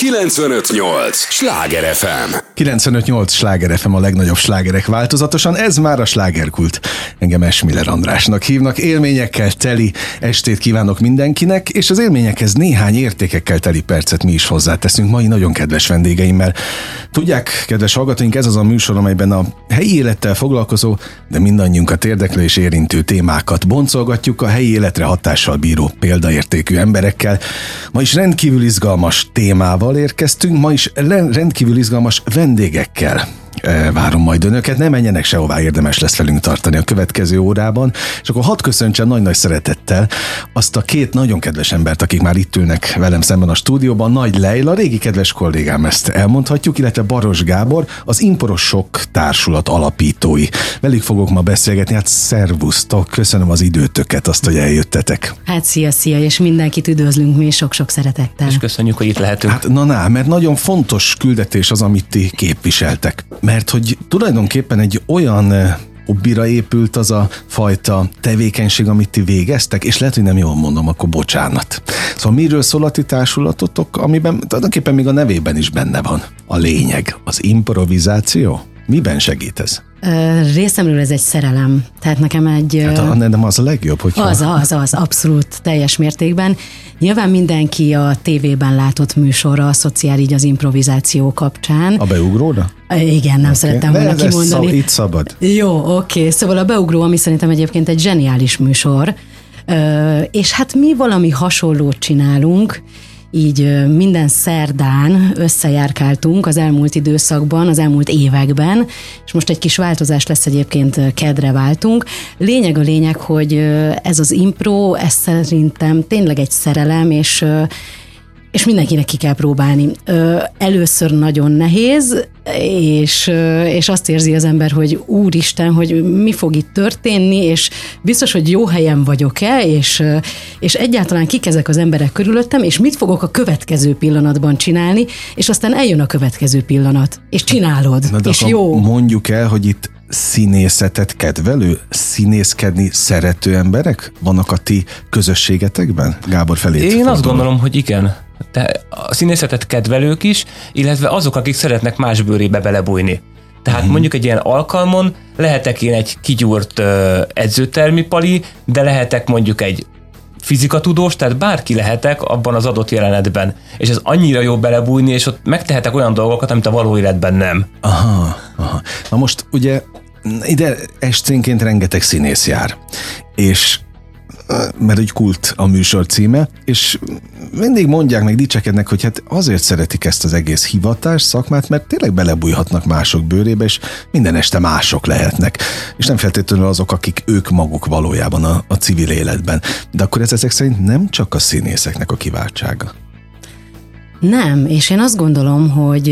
95.8 Sláger FM. 95.8 Sláger FM, a legnagyobb slágerek változatosan, ez már a slágerkult. Engem Esmiller Andrásnak hívnak, élményekkel teli estét kívánok mindenkinek, és az élményekhez néhány értékekkel teli percet mi is hozzáteszünk mai nagyon kedves vendégeimmel. Tudják, kedves hallgatóink, ez az a műsor, amelyben a helyi élettel foglalkozó, de mindannyiunkat érdeklő és érintő témákat boncolgatjuk a helyi életre hatással bíró példaértékű emberekkel. Ma is rendkívül izgalmas témával érkeztünk, ma is rendkívül izgalmas vendégekkel várom majd önöket, ne menjenek sehová, érdemes lesz velünk tartani a következő órában, és akkor hadd köszöntsem nagy-nagy szeretettel azt a két nagyon kedves embert, akik már itt ülnek velem szemben a stúdióban. Nagy Leila, régi kedves kollégám, ezt elmondhatjuk, illetve Baros Gábor, az Improsok társulat alapítói. Velük fogok ma beszélgetni, hát szervusztok, köszönöm az időtöket, azt, hogy eljöttetek. Hát szia, és mindenkit üdvözlünk mi sok-sok szeretettel. És köszönjük, hogy itt lehetünk. Hát mert nagyon fontos küldetés az, amit ti képviseltek. Mert hogy tulajdonképpen egy olyan hobbira épült az a fajta tevékenység, amit ti végeztek, és lehet, hogy nem jól mondom, akkor bocsánat. Szóval miről szól a ti társulatotok, amiben tulajdonképpen még a nevében is benne van a lényeg, az improvizáció? Miben segít ez? Részemről ez egy szerelem. Tehát nekem egy... Hát nem az a legjobb, hogyha... Az, abszolút, teljes mértékben. Nyilván mindenki a tévében látott műsorra asszociál így az improvizáció kapcsán. A Beugróra? Igen, nem szerettem volna kimondani. Itt szabad. Jó, oké. Szóval a Beugró, ami szerintem egyébként egy zseniális műsor, és hát mi valami hasonlót csinálunk, így minden szerdán összejárkáltunk az elmúlt időszakban, az elmúlt években, és most egy kis változás lesz, egyébként kedre váltunk. Lényeg a lényeg, hogy ez az impro, ez szerintem tényleg egy szerelem, és mindenkinek ki kell próbálni. Először nagyon nehéz, és azt érzi az ember, hogy úristen, hogy mi fog itt történni, és biztos, hogy jó helyen vagyok-e, és egyáltalán kik ezek az emberek körülöttem, és mit fogok a következő pillanatban csinálni, és aztán eljön a következő pillanat, és csinálod, és jó. Mondjuk el, hogy itt színészetet kedvelő, színészkedni szerető emberek vannak a ti közösségetekben? Gábor felé. Én azt gondolom, hogy igen. De a színészetet kedvelők is, illetve azok, akik szeretnek más bőrébe belebújni. Tehát mondjuk egy ilyen alkalmon lehetek én egy kigyúrt edzőtermi pali, de lehetek mondjuk egy fizikatudós, tehát bárki lehetek abban az adott jelenetben. És ez annyira jó belebújni, és ott megtehetek olyan dolgokat, amit a való életben nem. Aha. Na most ugye ide esténként rengeteg színész jár, és mert egy kult a műsor címe, és mindig mondják, meg dicsekednek, hogy hát azért szeretik ezt az egész hivatás, szakmát, mert tényleg belebújhatnak mások bőrébe, és minden este mások lehetnek. És nem feltétlenül azok, akik ők maguk valójában a civil életben. De akkor ez ezek szerint nem csak a színészeknek a kiváltsága. Nem, és én azt gondolom,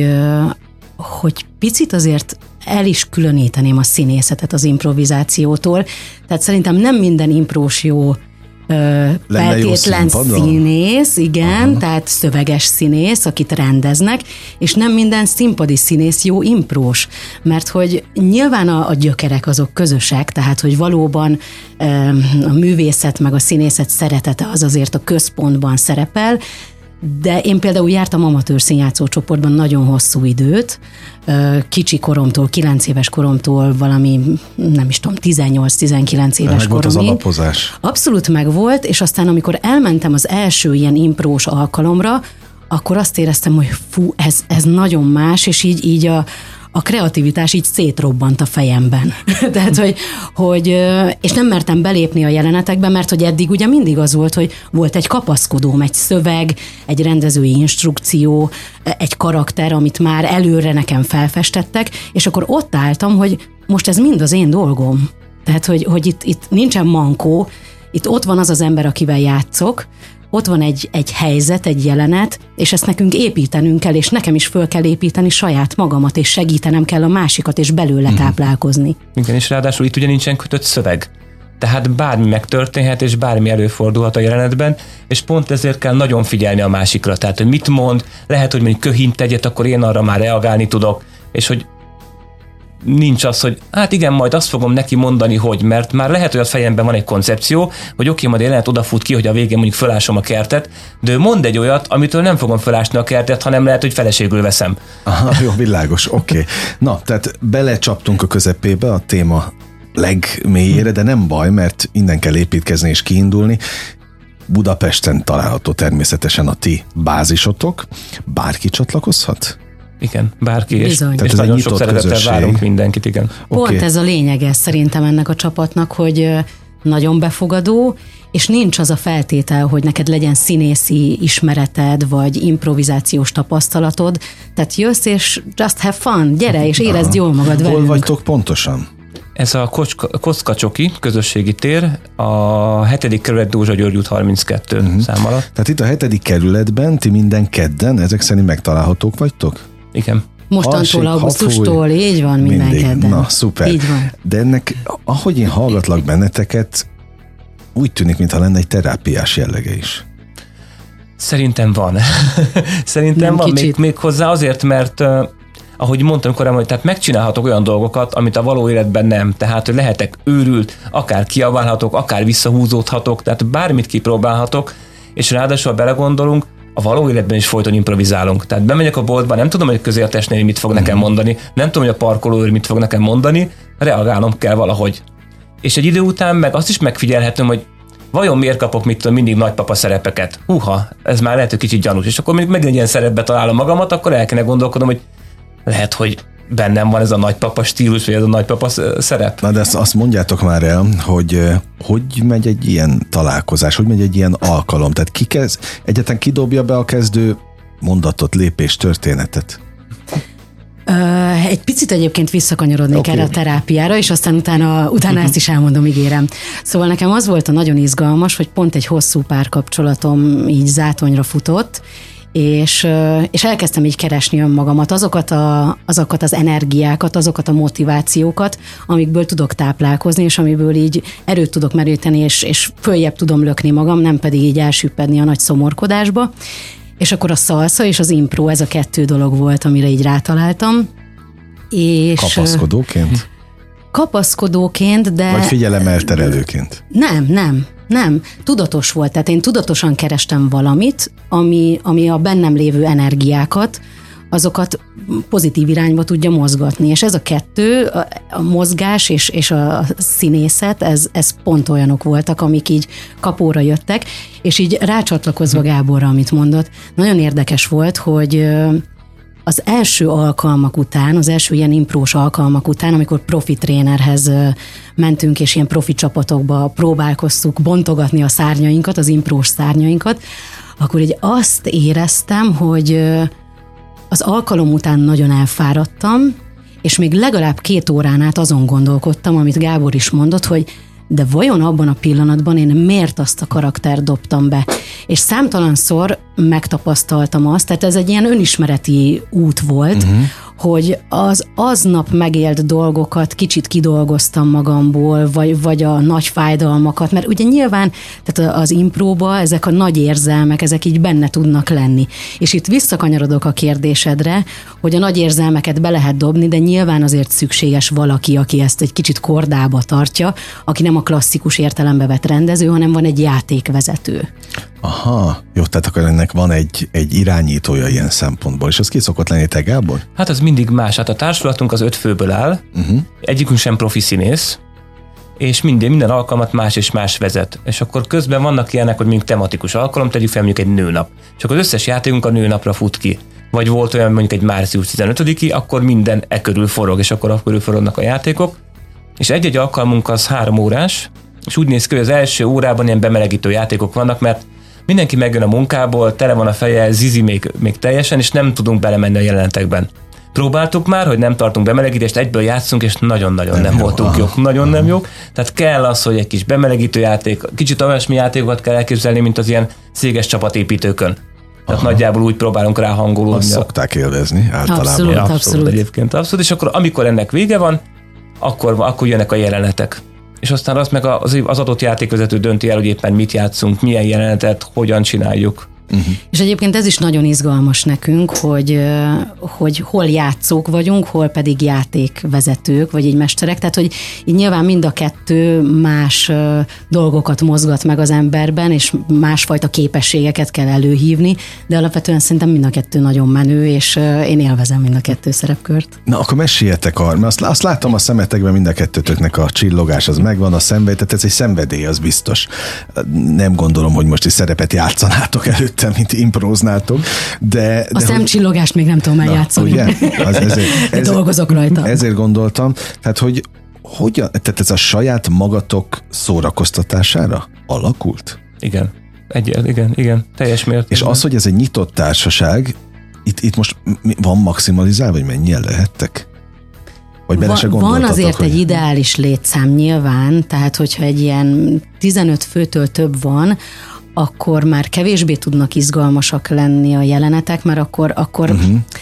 hogy picit azért el is különíteném a színészetet az improvizációtól. Tehát szerintem nem minden imprós jó feltétlen színész, igen, aha. Tehát szöveges színész, akit rendeznek, és nem minden színpadi színész jó imprós, mert hogy nyilván a gyökerek azok közösek, tehát hogy valóban a művészet meg a színészet szeretete az azért a központban szerepel, de én például jártam amatőr színjátszó csoportban nagyon hosszú időt, kicsi koromtól, 9 éves koromtól valami, nem is tudom, 18-19 éves koromig. Megvolt az alapozás. Abszolút megvolt, és aztán amikor elmentem az első ilyen imprós alkalomra, akkor azt éreztem, hogy fú, ez nagyon más, és így a kreativitás így szétrobbant a fejemben. Tehát, hogy és nem mertem belépni a jelenetekbe, mert hogy eddig ugye mindig az volt, hogy volt egy kapaszkodóm, egy szöveg, egy rendezői instrukció, egy karakter, amit már előre nekem felfestettek, és akkor ott álltam, hogy most ez mind az én dolgom. Tehát, hogy itt nincsen mankó, itt ott van az az ember, akivel játszok, ott van egy helyzet, egy jelenet, és ezt nekünk építenünk kell, és nekem is föl kell építeni saját magamat, és segítenem kell a másikat, és belőle táplálkozni. Igen, és ráadásul itt ugye nincsen kötött szöveg. Tehát bármi megtörténhet, és bármi előfordulhat a jelenetben, és pont ezért kell nagyon figyelni a másikra. Tehát, hogy mit mond, lehet, hogy mondjuk köhint egyet, akkor én arra már reagálni tudok, és hogy nincs az, hogy hát igen, majd azt fogom neki mondani, hogy, mert már lehet, hogy a fejemben van egy koncepció, hogy oké, majd jelenet odafut ki, hogy a végén mondjuk fölásom a kertet, de ő mond egy olyat, amitől nem fogom fölásni a kertet, hanem lehet, hogy feleségül veszem. Aha, jó, világos, oké. Na, tehát belecsaptunk a közepébe a téma legmélyére, de nem baj, mert innen kell építkezni és kiindulni. Budapesten található természetesen a ti bázisotok. Bárki csatlakozhat? Igen, bárki, és Tehát nagyon sok szeretettel várunk mindenkit, igen. Pont ez a lényege szerintem ennek a csapatnak, hogy nagyon befogadó, és nincs az a feltétel, hogy neked legyen színészi ismereted, vagy improvizációs tapasztalatod, tehát jössz, és just have fun, gyere, és érezd jól magad velünk. Hol vagytok pontosan? Ez a Kocka-Csoki közösségi tér, a 7. kerület Dózsa György út 32 szám alatt. Tehát itt a 7. kerületben ti minden kedden ezek szerint megtalálhatók vagytok? Igen. Mostantól, augusztustól, így van, minden kedden. Na, szuper. Így van. De ennek, ahogy én hallgatlak benneteket, úgy tűnik, mintha lenne egy terápiás jellege is. Szerintem van. Szerintem Nem van kicsit. még hozzá azért, mert ahogy mondtam korábban, hogy tehát megcsinálhatok olyan dolgokat, amit a való életben nem. Tehát, hogy lehetek őrült, akár kiabálhatok, akár visszahúzódhatok, tehát bármit kipróbálhatok, és ráadásul, ha belegondolunk, a való életben is folyton improvizálunk. Tehát bemegyek a boltba, nem tudom, hogy a közértesnél mit fog nekem mondani, nem tudom, hogy a parkolóőr mit fog nekem mondani, reagálnom kell valahogy. És egy idő után meg azt is megfigyelhetem, hogy vajon miért kapok mindig nagypapa szerepeket? Húha, ez már lehet, hogy kicsit gyanús. És akkor még egy ilyen szerepbe találom magamat, akkor el kéne gondolkodnom, hogy lehet, hogy bennem van ez a nagypapa stílus, vagy ez a nagypapa szerep. Na de azt mondjátok már el, hogy megy egy ilyen találkozás, hogy megy egy ilyen alkalom, tehát egyáltalán kidobja be a kezdő mondatot, lépés, történetet? Egy picit egyébként visszakanyarodnék erre a terápiára, és aztán utána ezt is elmondom, ígérem. Szóval nekem az volt a nagyon izgalmas, hogy pont egy hosszú párkapcsolatom így zátonyra futott, és elkezdtem így keresni önmagamat, azokat az energiákat, azokat a motivációkat, amikből tudok táplálkozni, és amiből így erőt tudok meríteni, és följebb tudom lökni magam, nem pedig így elsüppedni a nagy szomorkodásba. És akkor a szalsza és az impro, ez a 2 dolog volt, amire így rátaláltam. És kapaszkodóként? Kapaszkodóként, de... Vagy figyelemelterelőként? Nem. Tudatos volt. Tehát én tudatosan kerestem valamit, ami a bennem lévő energiákat, azokat pozitív irányba tudja mozgatni. És ez a 2, a mozgás és a színészet, ez pont olyanok voltak, amik így kapóra jöttek, és így rácsatlakozva Gáborra, amit mondott, nagyon érdekes volt, hogy az első alkalmak után, az első ilyen imprós alkalmak után, amikor profi trénerhez mentünk, és ilyen profi csapatokba próbálkoztuk bontogatni a szárnyainkat, az imprós szárnyainkat, akkor így azt éreztem, hogy az alkalom után nagyon elfáradtam, és még legalább 2 órán át azon gondolkodtam, amit Gábor is mondott, hogy de vajon abban a pillanatban én miért azt a karaktert dobtam be? És számtalanszor megtapasztaltam azt, tehát ez egy ilyen önismereti út volt, hogy az aznap megélt dolgokat kicsit kidolgoztam magamból, vagy a nagy fájdalmakat, mert ugye nyilván tehát az impróba ezek a nagy érzelmek, ezek így benne tudnak lenni. És itt visszakanyarodok a kérdésedre, hogy a nagy érzelmeket be lehet dobni, de nyilván azért szükséges valaki, aki ezt egy kicsit kordába tartja, aki nem a klasszikus értelembe vett rendező, hanem van egy játékvezető. Aha, jó, tehát akkor ennek van egy irányítója ilyen szempontból, és az ki szokott lenni, te Gábor? Hát az mindig más. Hát a társulatunk az 5 főből áll, egyikünk sem profi színész, és minden alkalmat más és más vezet. És akkor közben vannak ilyenek, hogy mondjuk tematikus alkalom, tegyük fel mondjuk egy nőnap. És akkor az összes játékunk a nőnapra fut ki. Vagy volt olyan mondjuk egy március 15-i, akkor minden körül forog, és akkor körül forognak a játékok. És egy-egy alkalmunk az 3 órás, és úgy néz ki, hogy az első órában ilyen bemelegítő játékok vannak, mert mindenki megjön a munkából, tele van a feje, zizi még teljesen, és nem tudunk belemenni a jelenetekben. Próbáltuk már, hogy nem tartunk bemelegítést, egyből játszunk, és nagyon-nagyon nem voltunk jók. Nagyon nem jók. Tehát kell az, hogy egy kis bemelegítő játék, kicsit olyasmi játékokat kell elképzelni, mint az ilyen széges csapatépítőkön. Tehát nagyjából úgy próbálunk rá hangolódni. Azt szokták élvezni általában. Abszolút. Egyébként abszolút. És akkor amikor ennek vége van, akkor jönnek a jelenetek. És aztán azt meg az adott játékvezető dönti el, hogy éppen mit játszunk, milyen jelenetet, hogyan csináljuk. És egyébként ez is nagyon izgalmas nekünk, hogy hol játszók vagyunk, hol pedig játékvezetők, vagy így mesterek, tehát hogy így nyilván mind a kettő más dolgokat mozgat meg az emberben, és másfajta képességeket kell előhívni, de alapvetően szerintem mind a kettő nagyon menő, és én élvezem mind a kettő szerepkört. Na, akkor meséljetek arra, mert azt látom a szemetekben, mind a kettőtöknek a csillogás az megvan, a szenvedély, tehát ez egy szenvedély, az biztos. Nem gondolom, hogy most is szerepet játszanátok előtte, mint impróznátok, de... A szemcsillogást még nem tudom eljátszani. Ugye? De dolgozok rajta. Ezért gondoltam, tehát hogy hogyan, tehát ez a saját magatok szórakoztatására alakult? Igen. Igen, teljes mértékben. És az, hogy ez egy nyitott társaság, itt most van maximalizálva, vagy mennyien lehettek? Vagy bele se gondoltatok? Van azért egy ideális létszám nyilván, tehát hogyha egy ilyen 15 főtől több van, akkor már kevésbé tudnak izgalmasak lenni a jelenetek, mert akkor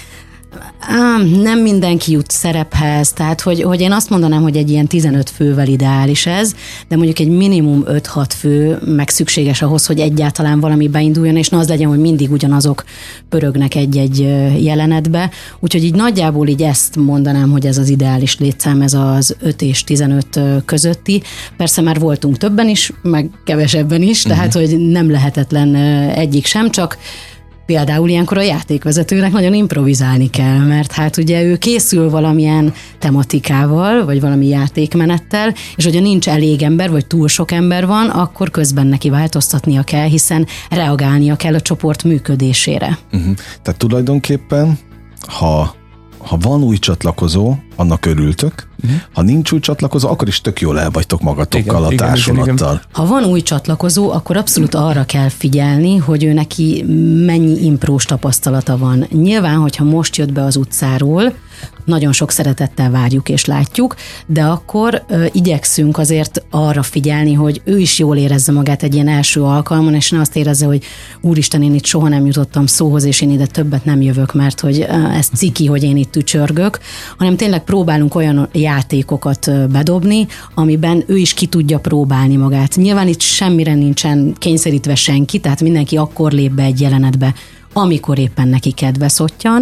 nem mindenki jut szerephez, tehát hogy én azt mondanám, hogy egy ilyen 15 fővel ideális ez, de mondjuk egy minimum 5-6 fő meg szükséges ahhoz, hogy egyáltalán valami beinduljon, és ne az legyen, hogy mindig ugyanazok pörögnek egy-egy jelenetbe. Úgyhogy így nagyjából így ezt mondanám, hogy ez az ideális létszám, ez az 5 és 15 közötti. Persze már voltunk többen is, meg kevesebben is, tehát hogy nem lehetetlen egyik sem, csak például ilyenkor a játékvezetőnek nagyon improvizálni kell, mert hát ugye ő készül valamilyen tematikával, vagy valami játékmenettel, és hogyha nincs elég ember, vagy túl sok ember van, akkor közben neki változtatnia kell, hiszen reagálnia kell a csoport működésére. Tehát tulajdonképpen, ha van új csatlakozó, annak örültök. Ha nincs új csatlakozó, akkor is tök jól el vagytok magatokkal, a társulattal. Igen. Ha van új csatlakozó, akkor abszolút arra kell figyelni, hogy ő neki mennyi imprós tapasztalata van. Nyilván, hogyha most jött be az utcáról, nagyon sok szeretettel várjuk és látjuk, de akkor igyekszünk azért arra figyelni, hogy ő is jól érezze magát egy ilyen első alkalmon, és ne azt érezze, hogy úristen, én itt soha nem jutottam szóhoz, és én ide többet nem jövök, mert hogy ez ciki, hogy én itt tücsörgök, hanem tényleg próbálunk olyan játékokat bedobni, amiben ő is ki tudja próbálni magát. Nyilván itt semmire nincsen kényszerítve senki, tehát mindenki akkor lép be egy jelenetbe, amikor éppen neki kedve szottyan.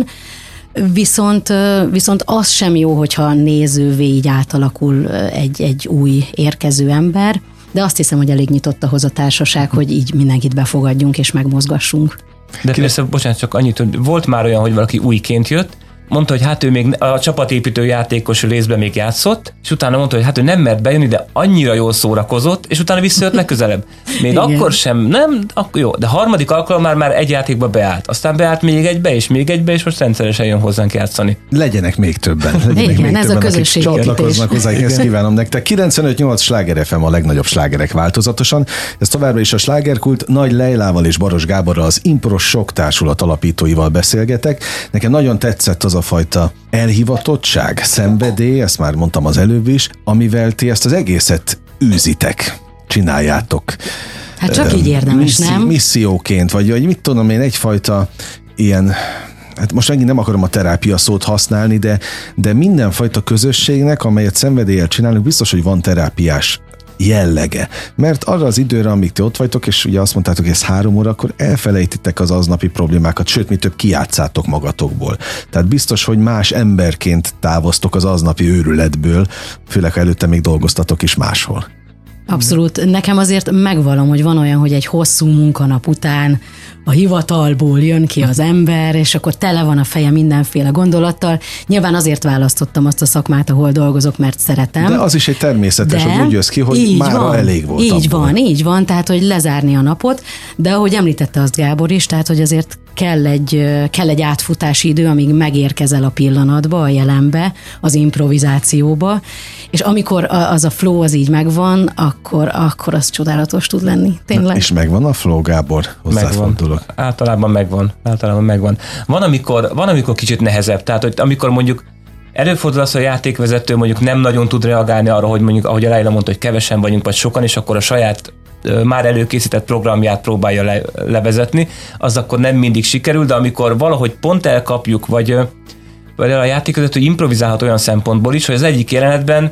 Viszont az sem jó, hogyha nézővé így átalakul egy új érkező ember, de azt hiszem, hogy elég nyitott ahhoz a társaság, hogy így mindenkit befogadjunk és megmozgassunk. De persze, bocsánat, csak annyit, hogy volt már olyan, hogy valaki újként jött, mondta, hogy hát ő még a csapatépítő játékos részben még játszott, és utána mondta, hogy hát ő nem mert bejönni, de annyira jól szórakozott, és utána visszajött legközelebb. Még igen. Akkor sem, nem, akkor jó, de harmadik alkalommal már egy játékba beállt. Aztán beállt még egybe, és most rendszeresen jön hozzánk játszani. Legyenek még többen. Igen, ez a közösség. Csatlakoznak hozzá, ezt kívánom nektek. 95.8 Sláger FM, a legnagyobb slágerek változatosan. Ez továbbra is a Slágerkult. Nagy Leilával és Baros Gáborral, az Impros Sok Társulat alapítóival beszélgetek. Nekem nagyon tetszett az a fajta elhivatottság, szenvedély, ezt már mondtam az előbb is, amivel ti ezt az egészet űzitek, csináljátok. Hát csak így érdemes, nem? Misszióként, vagy mit tudom én, egyfajta ilyen, hát most megint nem akarom a terápia szót használni, de mindenfajta közösségnek, amelyet szenvedéllyel csinálunk, biztos, hogy van terápiás jellege. Mert arra az időre, amíg ti ott vagytok, és ugye azt mondtátok, hogy ez 3 óra, akkor elfelejtitek az aznapi problémákat, sőt, mi több kijátszátok magatokból. Tehát biztos, hogy más emberként távoztok az aznapi őrületből, főleg ha előtte még dolgoztatok is máshol. Abszolút. Nekem azért megvallom, hogy van olyan, hogy egy hosszú munkanap után a hivatalból jön ki az ember, és akkor tele van a feje mindenféle gondolattal. Nyilván azért választottam azt a szakmát, ahol dolgozok, mert szeretem. De az is egy természetes, hogy úgy jössz ki, hogy mára elég volt. Így van, tehát hogy lezárni a napot, de ahogy említette azt Gábor is, tehát hogy azért kell egy átfutási idő, amíg megérkezel a pillanatba, a jelenbe, az improvizációba, és amikor az a flow az így megvan, akkor az csodálatos tud lenni. Tényleg. És megvan a flow, Gábor? Megvan. Általában megvan. Van, amikor kicsit nehezebb, tehát hogy amikor mondjuk előfordul az, hogy a játékvezető mondjuk nem nagyon tud reagálni arra, hogy mondjuk, ahogy a Leila mondta, hogy kevesen vagyunk, vagy sokan, és akkor a saját már előkészített programját próbálja levezetni, az akkor nem mindig sikerül, de amikor valahogy pont elkapjuk, vagy a játékvezető improvizálhat olyan szempontból is, hogy az egyik jelenetben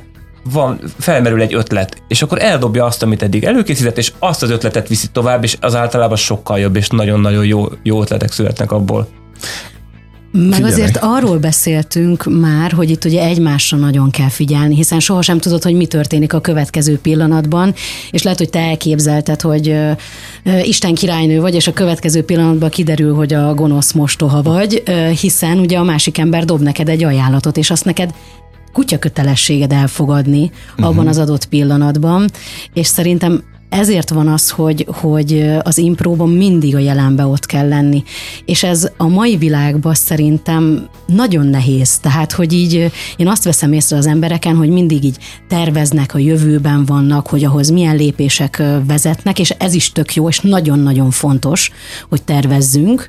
felmerül egy ötlet, és akkor eldobja azt, amit eddig előkészített, és azt az ötletet viszi tovább, és az általában sokkal jobb, és nagyon-nagyon jó ötletek születnek abból. Meg azért arról beszéltünk már, hogy itt ugye egymásra nagyon kell figyelni, hiszen sohasem tudod, hogy mi történik a következő pillanatban, és lehet, hogy te elképzelted, hogy Isten királynő vagy, és a következő pillanatban kiderül, hogy a gonosz mostoha vagy, hiszen ugye a másik ember dob neked egy ajánlatot, és azt neked kutya kötelességed elfogadni abban az adott pillanatban, és szerintem ezért van az, hogy az impróban mindig a jelenbe ott kell lenni. És ez a mai világban szerintem nagyon nehéz. Tehát, hogy így én azt veszem észre az embereken, hogy mindig így terveznek, a jövőben vannak, hogy ahhoz milyen lépések vezetnek, és ez is tök jó, és nagyon-nagyon fontos, hogy tervezzünk,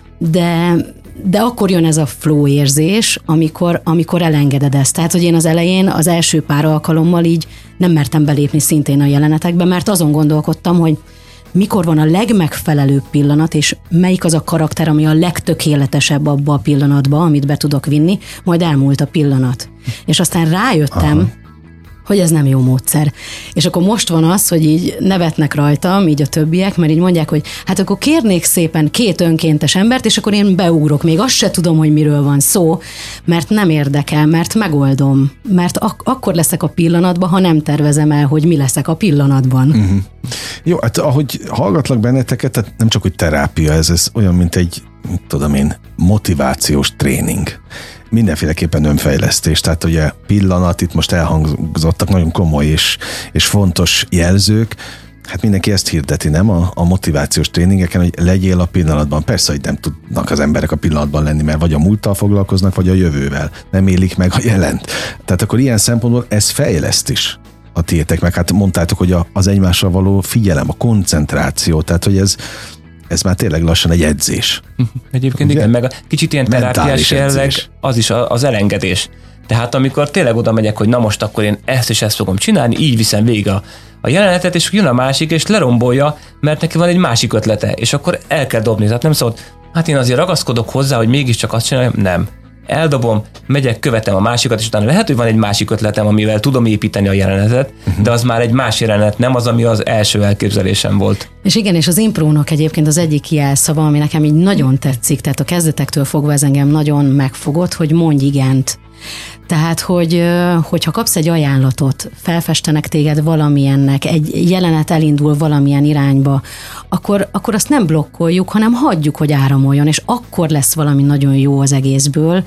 de akkor jön ez a flow érzés, amikor elengeded ezt. Tehát, hogy én az elején, az első pár alkalommal így nem mertem belépni szintén a jelenetekbe, mert azon gondolkodtam, hogy mikor van a legmegfelelőbb pillanat, és melyik az a karakter, ami a legtökéletesebb abba a pillanatba, amit be tudok vinni, majd elmúlt a pillanat. És aztán rájöttem, hogy ez nem jó módszer. És akkor most van az, hogy így nevetnek rajtam, így a többiek, mert így mondják, hogy hát akkor kérnék szépen 2 önkéntes embert, és akkor én beugrok. Még azt se tudom, hogy miről van szó, mert nem érdekel, mert megoldom. Mert akkor leszek a pillanatban, ha nem tervezem el, hogy mi leszek a pillanatban. Uh-huh. Jó, hát ahogy hallgatlak benneteket, tehát nem csak, hogy terápia, ez olyan, mint egy, tudom én, motivációs tréning. Mindenféleképpen önfejlesztés, tehát ugye pillanat, itt most elhangzottak nagyon komoly és fontos jelzők, hát mindenki ezt hirdeti, nem? A motivációs tréningeken, hogy legyél a pillanatban. Persze, hogy nem tudnak az emberek a pillanatban lenni, mert vagy a múlttal foglalkoznak, vagy a jövővel. Nem élik meg a jelent. Tehát akkor ilyen szempontból ez fejleszt is a tiétek, meg hát mondtátok, hogy az egymásra való figyelem, a koncentráció, tehát hogy ez már tényleg lassan egy edzés. Egyébként igen, meg a kicsit ilyen terápiás jelleg, az is az elengedés. Tehát amikor tényleg oda megyek, hogy na most akkor én ezt és ezt fogom csinálni, így viszem végig a jelenetet, és jön a másik, és lerombolja, mert neki van egy másik ötlete, és akkor el kell dobni. Tehát nem szabad, hát én azért ragaszkodok hozzá, hogy mégiscsak azt csináljam, nem. Eldobom, megyek, követem a másikat, és utána lehet, hogy van egy másik ötletem, amivel tudom építeni a jelenetet, de az már egy más jelenet, nem az, ami az első elképzelésem volt. És igen, és az imprónak egyébként az egyik jelszava, ami nekem így nagyon tetszik, tehát a kezdetektől fogva ez engem nagyon megfogott, hogy mondj igent. Tehát, hogyha kapsz egy ajánlatot, felfestenek téged valamilyennek, egy jelenet elindul valamilyen irányba, akkor azt nem blokkoljuk, hanem hagyjuk, hogy áramoljon, és akkor lesz valami nagyon jó az egészből,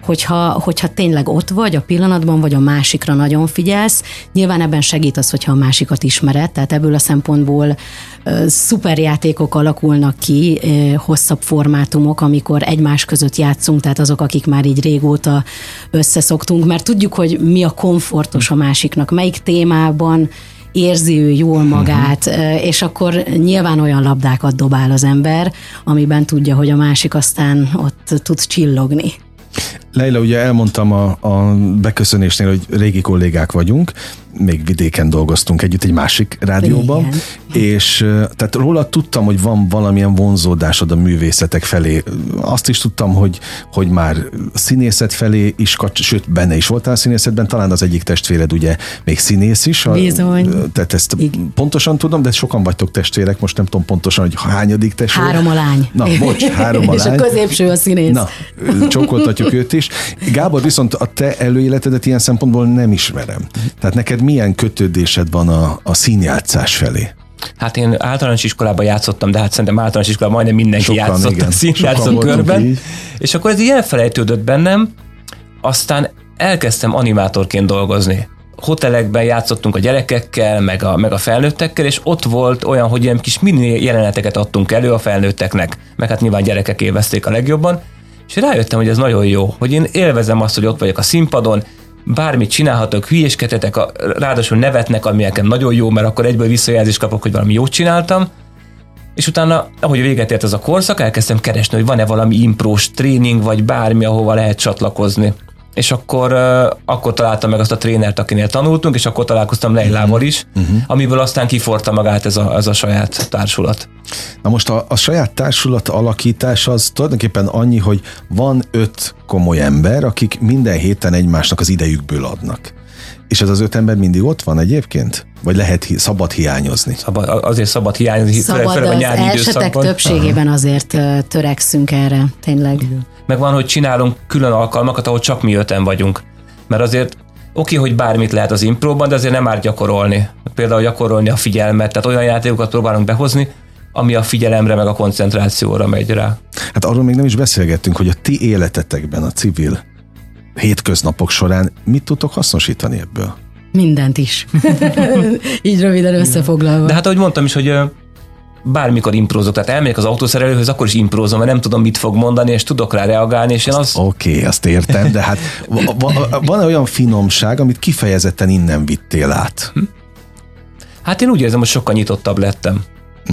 hogyha tényleg ott vagy a pillanatban, vagy a másikra nagyon figyelsz. Nyilván ebben segít az, hogyha a másikat ismered, tehát ebből a szempontból szuper játékok alakulnak ki, hosszabb formátumok, amikor egymás között játszunk, tehát azok, akik már így régóta összeszoktunk, mert tudjuk, hogy mi a komfortos a másiknak, melyik témában érzi ő jól magát, és akkor nyilván olyan labdákat dobál az ember, amiben tudja, hogy a másik aztán ott tud csillogni. Leila, ugye elmondtam a beköszönésnél, hogy régi kollégák vagyunk, még vidéken dolgoztunk együtt egy másik rádióban, és tehát róla tudtam, hogy van valamilyen vonzódásod a művészetek felé. Azt is tudtam, hogy már színészet felé is, sőt, benne is voltál a színészetben, talán az egyik testvéred ugye még színész is. Bizony. Tehát ezt pontosan tudom, de sokan vagytok testvérek, most nem tudom pontosan, hogy hányadik testvér. 3 a lány. Na, bocs, 3 a lány. És a középső a színész. Na, csókoltatjuk őt is. Gábor, viszont a te előéletedet ilyen szempontból nem ismerem. Tehát neked milyen kötődésed van a színjátszás felé? Hát én általános iskolában játszottam, de hát szerintem általános iskolában majdnem mindenki sokan, játszott igen. a színjátszó körben. Így. És akkor ez így elfelejtődött bennem, aztán elkezdtem animátorként dolgozni. Hotelekben játszottunk a gyerekekkel, meg a felnőttekkel, és ott volt olyan, hogy ilyen kis mini jeleneteket adtunk elő a felnőtteknek, meg hát nyilván gyerekek élvezték a legjobban, és rájöttem, hogy ez nagyon jó, hogy én élvezem azt, hogy ott vagyok a színpadon, bármit csinálhatok, hülyéskedhetek, ráadásul nevetnek, ami nekem nagyon jó, mert akkor egyből visszajelzést kapok, hogy valami jót csináltam, és utána, ahogy véget ért ez a korszak, elkezdtem keresni, hogy van-e valami imprós tréning, vagy bármi, ahova lehet csatlakozni. És akkor találtam meg azt a trénert, akinél tanultunk, és akkor találkoztam Leilával is, amiből aztán kiforta magát ez a saját társulat. Na most a saját társulat alakítás az tulajdonképpen annyi, hogy van 5 komoly ember, akik minden héten egymásnak az idejükből adnak. És ez az 5 ember mindig ott van egyébként? Vagy szabad hiányozni? Azért szabad hiányozni, főleg a nyári időszakban. Esetek többségében azért törekszünk erre, tényleg. Meg van, hogy csinálunk külön alkalmakat, ahol csak mi 5-en vagyunk. Mert azért oké, hogy bármit lehet az impróban, de azért nem árt gyakorolni. Például gyakorolni a figyelmet, tehát olyan játékokat próbálunk behozni, ami a figyelemre meg a koncentrációra megy rá. Hát arról még nem is beszélgettünk, hogy a ti életetekben, a civil hétköznapok során mit tudtok hasznosítani ebből? Mindent is. Így röviden összefoglalva. De hát ahogy mondtam is, hogy bármikor imprózok, tehát elmegyek az autószerelőhöz, akkor is imprózom, mert nem tudom, mit fog mondani, és tudok rá reagálni, és én Oké, azt értem, de hát van olyan finomság, amit kifejezetten innen vittél át? Hát én úgy érzem, hogy sokkal nyitottabb lettem.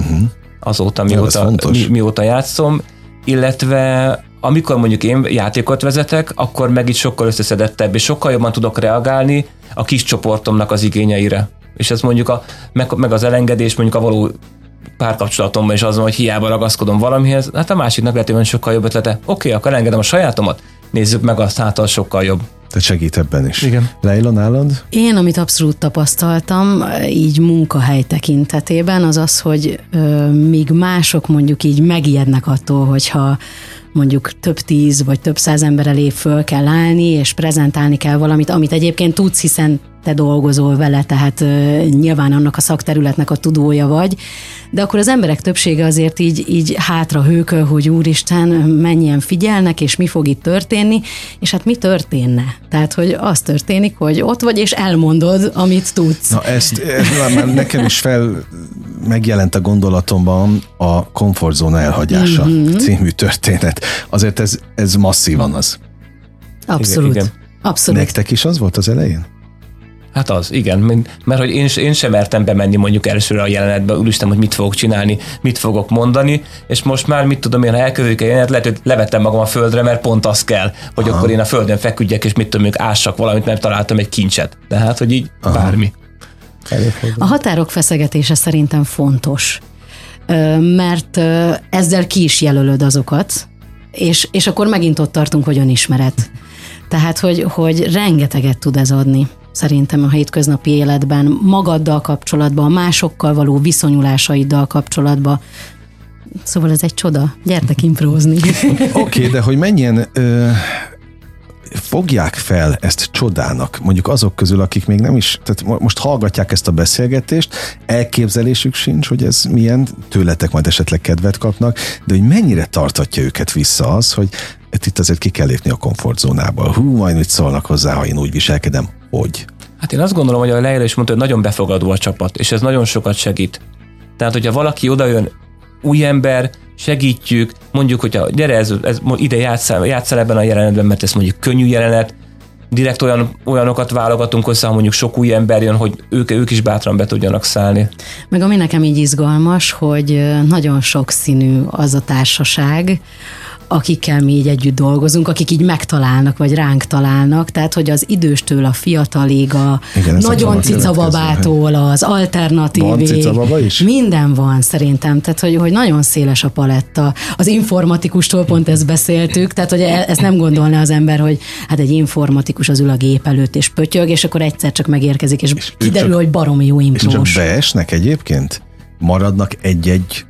Azóta, mióta játszom, illetve amikor mondjuk én játékot vezetek, akkor meg itt sokkal összeszedettebb, és sokkal jobban tudok reagálni a kis csoportomnak az igényeire. És ez mondjuk meg az elengedés mondjuk a való párkapcsolatomban is azon, hogy hiába ragaszkodom valamihez, hát a másiknak lehet, hogy sokkal jobb ötlete. Oké, akkor elengedem a sajátomat, nézzük meg, azt hát az sokkal jobb. Te segít ebben is. Igen. Leila, nálad? Én, amit abszolút tapasztaltam, így munkahely tekintetében, az az, hogy míg mások mondjuk így megijednek attól, hogyha mondjuk több 10 vagy több 100 ember elé föl kell állni, és prezentálni kell valamit, amit egyébként tudsz, hiszen te dolgozol vele, tehát nyilván annak a szakterületnek a tudója vagy, de akkor az emberek többsége azért így hátra hőköl, hogy úristen, mennyien figyelnek, és mi fog itt történni, és hát mi történne? Tehát, hogy az történik, hogy ott vagy, és elmondod, amit tudsz. Na ez már nekem is megjelent a gondolatomban a komfortzóna elhagyása című történet. Azért ez masszívan az. Abszolút. Igen. Abszolút. Nektek is az volt az elején? Hát az, igen, mert hogy én sem mertem bemenni mondjuk elsőre a jelenetbe, ültem, hogy mit fogok csinálni, mit fogok mondani, és most már mit tudom én, ha elkezdődik a jelenet, lehet, hogy levettem magam a földre, mert pont az kell, hogy akkor én a földön feküdjek, és mit tudom, még ássak valamit, mert találtam egy kincset. De hát, hogy így bármi. A határok feszegetése szerintem fontos, mert ezzel ki is jelölöd azokat, és akkor megint ott tartunk, hogy önismeret. Tehát, hogy rengeteget tud ez adni. Szerintem a hétköznapi életben, magaddal kapcsolatban, a másokkal való viszonyulásaiddal kapcsolatban. Szóval ez egy csoda. Gyertek imprózni. Oké, de hogy mennyien fogják fel ezt csodának, mondjuk azok közül, akik még nem is, tehát most hallgatják ezt a beszélgetést, elképzelésük sincs, hogy ez milyen, tőletek majd esetleg kedvet kapnak, de hogy mennyire tartatja őket vissza az, hogy itt azért ki kell lépni a komfortzónából. Majd mit szólnak hozzá, ha én úgy viselkedem, hogy? Hát én azt gondolom, hogy a Leila is mondta, hogy nagyon befogadó a csapat, és ez nagyon sokat segít. Tehát, hogyha valaki odajön, új ember, segítjük, mondjuk, hogyha gyere, ide játsszál ebben a jelenetben, mert ez mondjuk könnyű jelenet, direkt olyanokat válogatunk össze, ha mondjuk sok új ember jön, hogy ők is bátran be tudjanak szállni. Meg ami nekem így izgalmas, hogy nagyon sokszínű az a társaság, akikkel mi így együtt dolgozunk, akik így megtalálnak, vagy ránk találnak, tehát, hogy az időstől a fiatalig, a nagyon cicababától, az alternatívig. Minden van szerintem, tehát, hogy nagyon széles a paletta. Az informatikustól pont ezt beszéltük, tehát, hogy ezt nem gondolná az ember, hogy hát egy informatikus az ül a gép előtt, és pötyög, és akkor egyszer csak megérkezik, és kiderül, hogy baromi jó imprós. És csak beesnek egyébként? Maradnak egy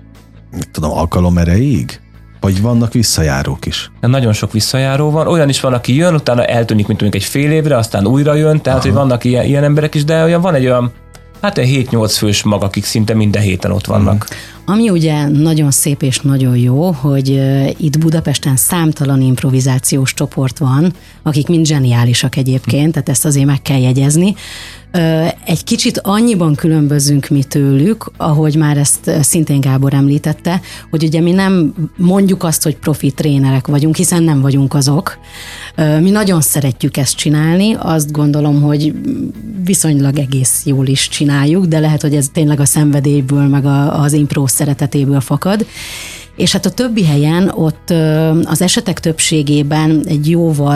alkalom erejéig? Vagy vannak visszajárók is? Nagyon sok visszajáró van. Olyan is van, aki jön, utána eltűnik, mint mondjuk egy fél évre, aztán újra jön, tehát hogy vannak ilyen emberek is, de van egy olyan, hát egy 7-8 fős mag, akik szinte minden héten ott vannak. Ami ugye nagyon szép és nagyon jó, hogy itt Budapesten számtalan improvizációs csoport van, akik mind zseniálisak egyébként, tehát ezt azért meg kell jegyezni. Egy kicsit annyiban különbözünk mi tőlük, ahogy már ezt szintén Gábor említette, hogy ugye mi nem mondjuk azt, hogy profi trénerek vagyunk, hiszen nem vagyunk azok. Mi nagyon szeretjük ezt csinálni, azt gondolom, hogy viszonylag egész jól is csináljuk, de lehet, hogy ez tényleg a szenvedélyből, meg az impró szeretetéből fakad. És hát a többi helyen ott az esetek többségében egy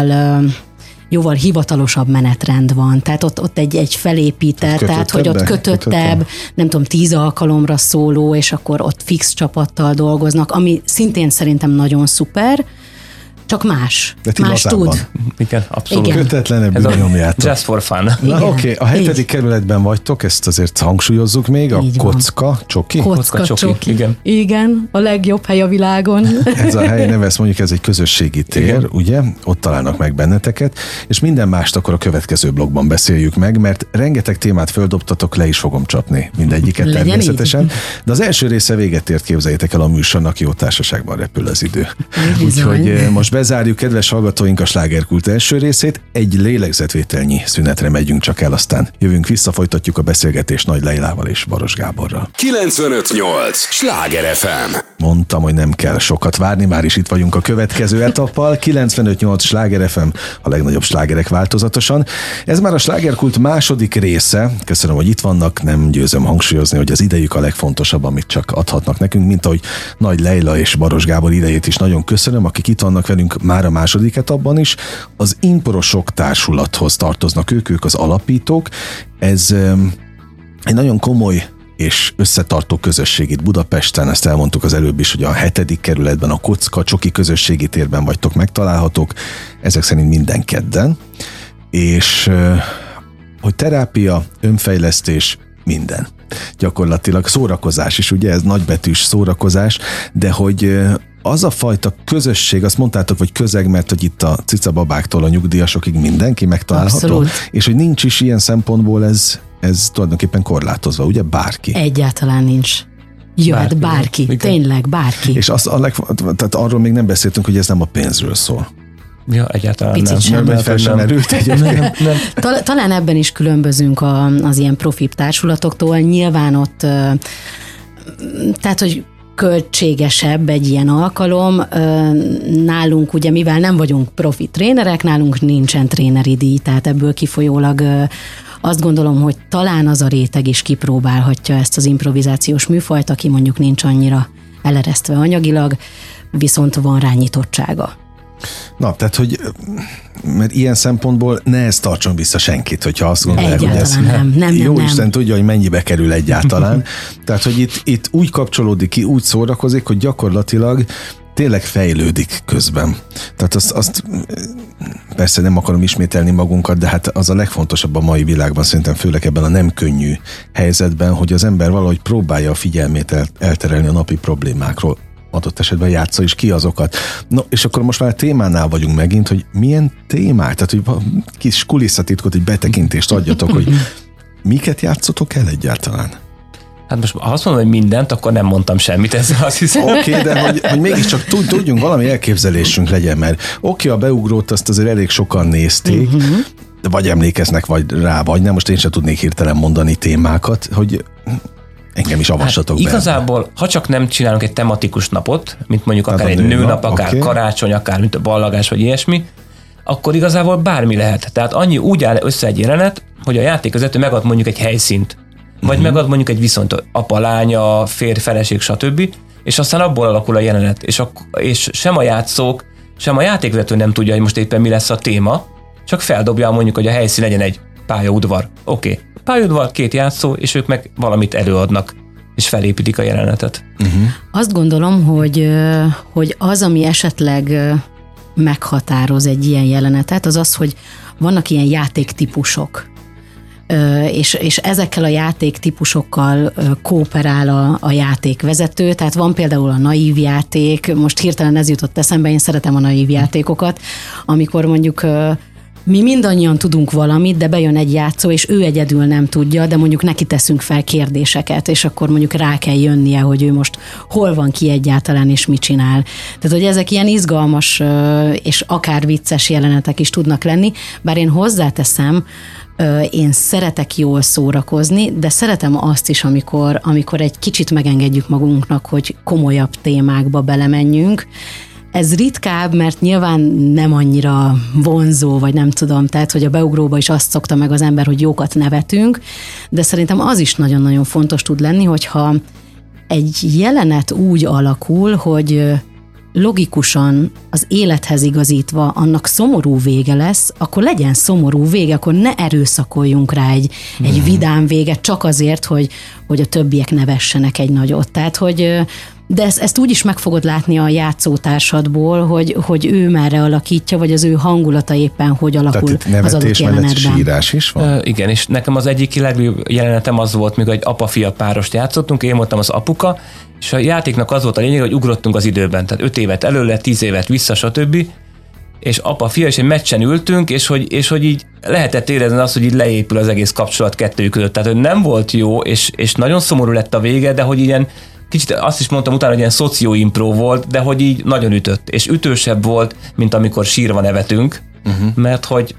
jóval hivatalosabb menetrend van. Tehát ott egy felépített, tehát hogy ott kötöttebb, nem tudom, 10 alkalomra szóló, és akkor ott fix csapattal dolgoznak, ami szintén szerintem nagyon szuper, Csak más. De más tud. Igen, abszolút. Igen. Kötetlenebbül nyomjátok. Just for fun. Na oké, a 7. kerületben vagytok, ezt azért hangsúlyozzuk még, a Így van. Kocka Csoki. Kocka Csoki, igen. Igen, a legjobb hely a világon. Ez a hely neve, ezt mondjuk ez egy közösségi tér, igen. Ugye? Ott találnak meg benneteket, és minden mást akkor a következő blogban beszéljük meg, mert rengeteg témát földobtatok, le is fogom csapni mindegyiket Legyen természetesen. így. De az első része véget ért, képzeljétek el a műsornak, jó társaságban repül az idő. Bizony. Úgyhogy most bezárjuk, kedves hallgatóink, a Slágerkult első részét, egy lélegzetvételnyi szünetre megyünk csak el, aztán jövünk vissza, folytatjuk a beszélgetést Nagy Leilával és Baros Gáborral. 95.8 Sláger FM. Mondtam, hogy nem kell sokat várni, már is itt vagyunk a következő etappal. 95.8 Sláger FM, a legnagyobb slágerek változatosan. Ez már a Slágerkult második része. Köszönöm, hogy itt vannak, nem győzöm hangsúlyozni, hogy az idejük a legfontosabb, amit csak adhatnak nekünk, mint ahogy Nagy Leila és Baros Gábor idejét is nagyon köszönöm, akik itt vannak velünk már a második etapban is. Az Improsok társulathoz tartoznak ők az alapítók. Ez egy nagyon komoly és összetartó közösség itt Budapesten, ezt elmondtuk az előbb is, hogy a 7. kerületben, a Kocka Csoki közösségi térben vagytok megtalálhatók, ezek szerint minden kedden, és hogy terápia, önfejlesztés, minden. Gyakorlatilag szórakozás is, ugye ez nagybetűs szórakozás, de hogy az a fajta közösség, azt mondtátok, vagy közeg, mert hogy itt a cicababáktól a nyugdíjasokig mindenki megtalálható, Abszolút. és hogy nincs is ilyen szempontból ez tulajdonképpen korlátozva, ugye bárki. Egyáltalán nincs. Jöhet bárki. Igen. Tényleg bárki. És tehát arról még nem beszéltünk, hogy ez nem a pénzről szól. Ja, egyáltalán Picit nem. sem. Mert fel sem erült egyébként. Talán ebben is különbözünk az ilyen profi társulatoktól. Nyilván ott, tehát, hogy költségesebb egy ilyen alkalom. Nálunk ugye, mivel nem vagyunk profi trénerek, nálunk nincsen tréneri díj, tehát ebből kifolyólag azt gondolom, hogy talán az a réteg is kipróbálhatja ezt az improvizációs műfajt, aki mondjuk nincs annyira eleresztve anyagilag, viszont van rá nyitottsága. Na, tehát, hogy mert ilyen szempontból ne ezt tartson vissza senkit, hogyha azt gondolják, hogy ez nem, jó Isten tudja, hogy mennyibe kerül egyáltalán. Tehát, hogy itt úgy kapcsolódik ki, úgy szórakozik, hogy gyakorlatilag tényleg fejlődik közben. Tehát azt persze nem akarom ismételni magunkat, de hát az a legfontosabb a mai világban, szerintem főleg ebben a nem könnyű helyzetben, hogy az ember valahogy próbálja a figyelmét elterelni a napi problémákról, adott esetben játsza is ki azokat. No, és akkor most már a témánál vagyunk megint, hogy milyen témák, tehát hogy kis kulisszatitkot, egy betekintést adjatok, hogy miket játszotok el egyáltalán? Hát most ha azt mondom, hogy mindent, akkor nem mondtam semmit, ezzel azt hiszem. Oké, de hogy mégiscsak tudjunk, valami elképzelésünk legyen, mert a beugrót azt azért elég sokan nézték, vagy emlékeznek vagy rá, vagy nem, most én sem tudnék hirtelen mondani témákat, hogy engem is avassatok be. Igazából, ha csak nem csinálunk egy tematikus napot, mint mondjuk akár egy nőnap, akár karácsony, akár mint a ballagás, vagy ilyesmi, akkor igazából bármi lehet. Tehát úgy áll össze egy jelenet, hogy a játékvezető megad mondjuk egy helyszínt, vagy megad mondjuk egy viszonyt, apa, lánya, férj, feleség, stb., és aztán abból alakul a jelenet. És sem a játszók, sem a játékvezető nem tudja, hogy most éppen mi lesz a téma, csak feldobja mondjuk, hogy a helyszín legyen egy pályaudvar. Oké. Pályaudvar, 2 játszó, és ők meg valamit előadnak, és felépítik a jelenetet. Azt gondolom, hogy az, ami esetleg meghatároz egy ilyen jelenetet, az az, hogy vannak ilyen játéktípusok. És ezekkel a játéktípusokkal kooperál a játékvezető, tehát van például a naív játék, most hirtelen ez jutott eszembe, én szeretem a naív játékokat, amikor mondjuk mi mindannyian tudunk valamit, de bejön egy játszó, és ő egyedül nem tudja, de mondjuk neki teszünk fel kérdéseket, és akkor mondjuk rá kell jönnie, hogy ő most hol van ki egyáltalán, és mit csinál. Tehát, hogy ezek ilyen izgalmas és akár vicces jelenetek is tudnak lenni, bár én hozzáteszem, én szeretek jól szórakozni, de szeretem azt is, amikor egy kicsit megengedjük magunknak, hogy komolyabb témákba belemenjünk. Ez ritkább, mert nyilván nem annyira vonzó, vagy nem tudom, tehát, hogy a beugróba is azt szokta meg az ember, hogy jókat nevetünk, de szerintem az is nagyon-nagyon fontos tud lenni, hogyha egy jelenet úgy alakul, hogy logikusan az élethez igazítva annak szomorú vége lesz, akkor legyen szomorú vége, akkor ne erőszakoljunk rá egy vidám véget csak azért, hogy a többiek nevessenek egy nagyot. Tehát, hogy de ezt úgy is meg fogod látni a játszótársadból, hogy ő merre alakítja, vagy az ő hangulata éppen hogy alakul az adott jelenetben. Sírás is van? Igen, és nekem az egyik legjobb jelenetem az volt, mikor egy apa-fia párost játszottunk, én voltam az apuka, és a játéknak az volt a lényeg, hogy ugrottunk az időben, tehát 5 évet előle, 10 évet vissza, stb. És apa-fia, és egy meccsen ültünk, és hogy így lehetett érezni azt, hogy így leépül az egész kapcsolat kettőjük között. Tehát, hogy nem volt jó, és nagyon szomorú lett a vége, de hogy ilyen kicsit azt is mondtam utána, hogy ilyen szocióimpró volt, de hogy így nagyon ütött, és ütősebb volt, mint amikor sírva nevetünk, mert hogy